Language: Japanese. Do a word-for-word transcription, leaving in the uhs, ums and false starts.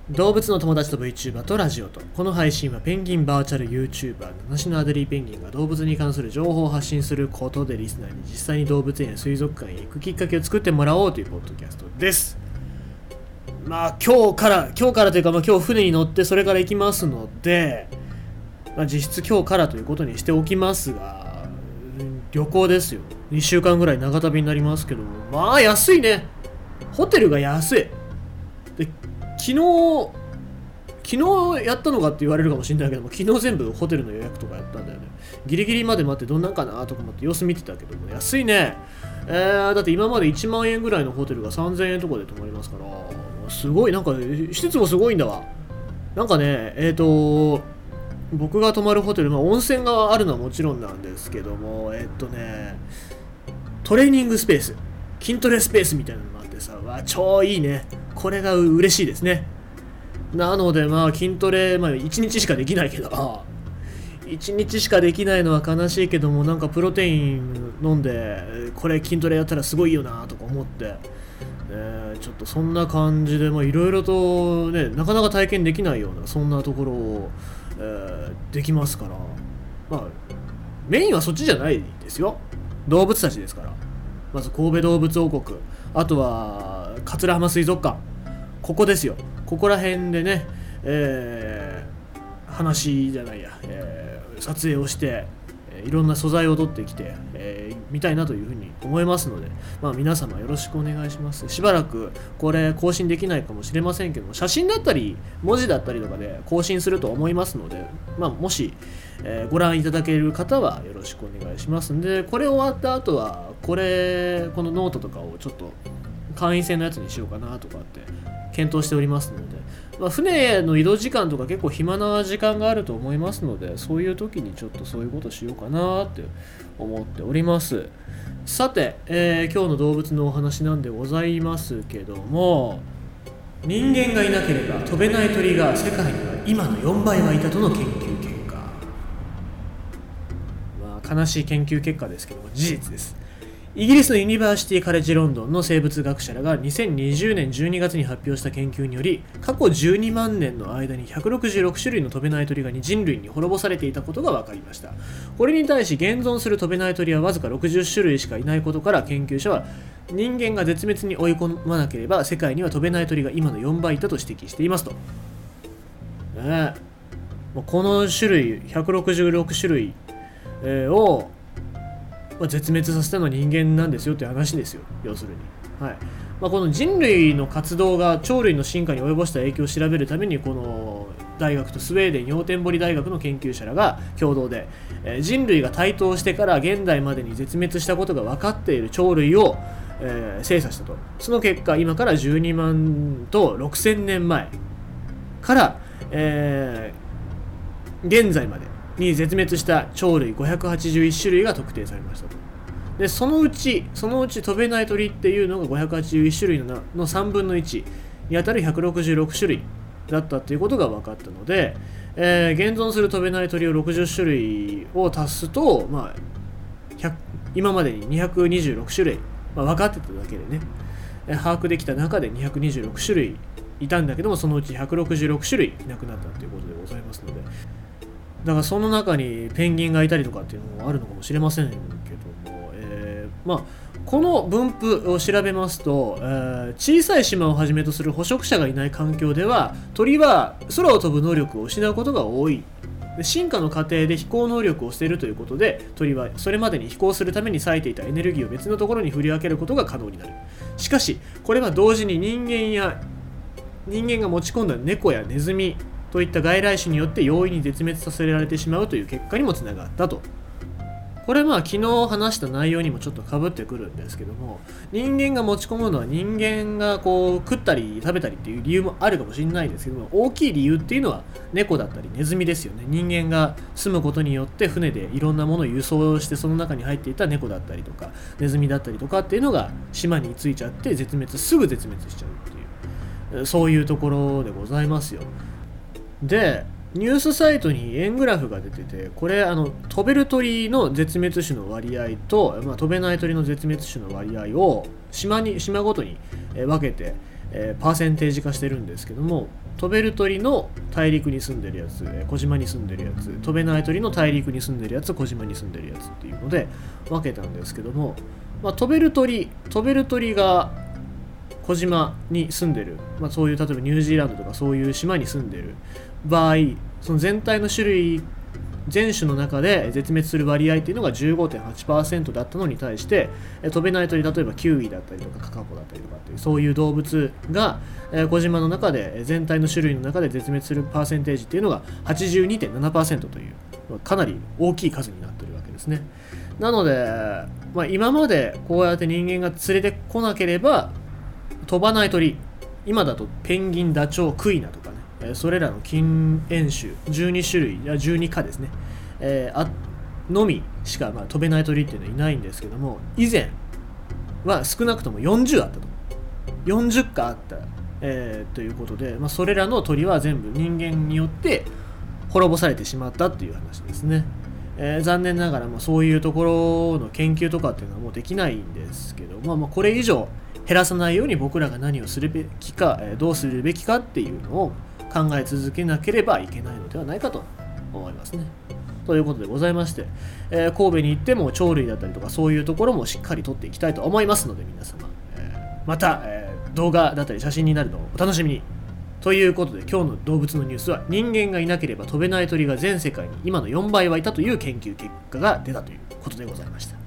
動物の友達と VTuber とラジオと。この配信はペンギンバーチャル YouTuber 七種のアデリーペンギンが動物に関する情報を発信することでリスナーに実際に動物園や水族館へ行くきっかけを作ってもらおうというポッドキャストです。まあ今日から今日からというか、まあ、今日船に乗ってそれから行きますので、まあ、実質今日からということにしておきますが、旅行ですよ。にしゅうかんぐらい長旅になりますけど、まあ安いね。ホテルが安いで、昨日昨日やったのかって言われるかもしれないけども、昨日全部ホテルの予約とかやったんだよね。ギリギリまで待ってどんなんかなとか思って様子見てたけども、安いね。えー、だって今までいちまんえんぐらいのホテルがさんぜんえんとかで泊まりますから、すごい。なんか施設もすごいんだわ。なんかね、えっと僕が泊まるホテル、まあ、温泉があるのはもちろんなんですけども、えっとねトレーニングスペース、筋トレスペースみたいなのもあってさ、わ超いいね。これが嬉しいですね。なのでまあ筋トレ、まあいちにちしかできないけど、いちにちしかできないのは悲しいけども、なんかプロテイン飲んでこれ筋トレやったらすごいよなとか思って、えー、ちょっとそんな感じでいろいろとね、なかなか体験できないようなそんなところを、えー、できますから、まあメインはそっちじゃないですよ。動物たちですから。まず神戸動物王国、あとは桂浜水族館、ここですよ。ここら辺でね、えー、話じゃないや、えー、撮影をして、いろんな素材を取ってきて、えー、見たいなというふうに思いますので、まあ、皆様よろしくお願いします。しばらくこれ更新できないかもしれませんけども、写真だったり文字だったりとかで更新すると思いますので、まあ、もし、えー、ご覧いただける方はよろしくお願いしますんで、これ終わった後はこれこのノートとかをちょっと会員制のやつにしようかなとかって検討しておりますので、まあ、船の移動時間とか結構暇な時間があると思いますので、そういう時にちょっとそういうことしようかなって思っております。さて、えー、今日の動物のお話なんでございますけども、人間がいなければ飛べない鳥が世界には今のよんばいはいたとの研究結果。まあ悲しい研究結果ですけども事実です。イギリスのユニバーシティカレッジロンドンの生物学者らがにせんにじゅうねんじゅうにがつに発表した研究により、過去じゅうにまんねんの間にひゃくろくじゅうろくしゅるいの飛べない鳥が人類に滅ぼされていたことが分かりました。これに対し現存する飛べない鳥はわずかろくじゅっしゅるいしかいないことから、研究者は人間が絶滅に追い込まなければ世界には飛べない鳥が今のよんばいいたと指摘していますと。ねえ、この種類ひゃくろくじゅうろくしゅるいを絶滅させたのは人間なんですよっていう話ですよ、要するに。はい。まあ、この人類の活動が鳥類の進化に及ぼした影響を調べるために、この大学とスウェーデンヨーテンボリ大学の研究者らが共同で、えー、人類が台頭してから現代までに絶滅したことが分かっている鳥類を、えー、精査したと。その結果、今からじゅうにまんとろくせんねんまえから、えー、現在までに絶滅した鳥類ごひゃくはちじゅういっしゅるいが特定されましたと。でそのうちそのうち飛べない鳥っていうのがごひゃくはちじゅういっしゅるい の, のさんぶんのいちにあたるひゃくろくじゅうろくしゅるいだったということが分かったので、えー、現存する飛べない鳥をろくじゅっしゅるいを足すと、まあ、今までににひゃくにじゅうろくしゅるい、まあ、分かってただけでね、把握できた中でにひゃくにじゅうろくしゅるいいたんだけども、そのうちひゃくろくじゅうろくしゅるいいなくなったということでございますので、だからその中にペンギンがいたりとかっていうのもあるのかもしれませんけども、えー、まあこの分布を調べますと、えー、小さい島をはじめとする捕食者がいない環境では鳥は空を飛ぶ能力を失うことが多い。進化の過程で飛行能力を捨てるということで、鳥はそれまでに飛行するために割いていたエネルギーを別のところに振り分けることが可能になる。しかしこれは同時に人間や人間が持ち込んだ猫やネズミといった外来種によって容易に絶滅させられてしまうという結果にもつながったと。これまあ昨日話した内容にもちょっとかぶってくるんですけども、人間が持ち込むのは人間がこう食ったり食べたりっていう理由もあるかもしれないですけども、大きい理由っていうのは猫だったりネズミですよね。人間が住むことによって船でいろんなものを輸送して、その中に入っていた猫だったりとかネズミだったりとかっていうのが島についちゃって絶滅すぐ絶滅しちゃうっていう、そういうところでございますよ。でニュースサイトに円グラフが出てて、これあの飛べる鳥の絶滅種の割合と、まあ、飛べない鳥の絶滅種の割合を島に島ごとに分けて、えー、パーセンテージ化してるんですけども、 飛べる鳥の大陸に住んでるやつ、小島に住んでるやつ、飛べない鳥の大陸に住んでるやつ、小島に住んでるやつっていうので分けたんですけども、まあ、飛べる鳥飛べる鳥が小島に住んでる、まあ、そういう例えばニュージーランドとかそういう島に住んでる場合、その全体の種類全種の中で絶滅する割合っていうのが じゅうごてんはちパーセント だったのに対して、飛べない鳥、例えばキウイだったりとかカカポだったりとかっていうそういう動物が小島の中で全体の種類の中で絶滅するパーセンテージっていうのが はちじゅうにてんななパーセント というかなり大きい数になってるわけですね。なので、まあ、今までこうやって人間が連れてこなければ飛ばない鳥、今だとペンギン、ダチョウ、クイナとかね、それらの近縁種じゅうにしゅるいやじゅうにかですね、えー、あのみしか、まあ、飛べない鳥っていうのはいないんですけども、以前は少なくともよんじゅうあったとよんじゅっかあった、えー、ということで、まあ、それらの鳥は全部人間によって滅ぼされてしまったっていう話ですね。えー、残念ながらもそういうところの研究とかっていうのはもうできないんですけど、まあ、まあこれ以上減らさないように僕らが何をするべきか、えー、どうするべきかっていうのを考え続けなければいけないのではないかと思いますね。ということでございまして、えー、神戸に行っても鳥類だったりとかそういうところもしっかり撮っていきたいと思いますので、皆様、えー、また、えー、動画だったり写真になるのをお楽しみに。ということで今日の動物のニュースは、人間がいなければ飛べない鳥が全世界に今のよんばいはいたという研究結果が出たということでございました。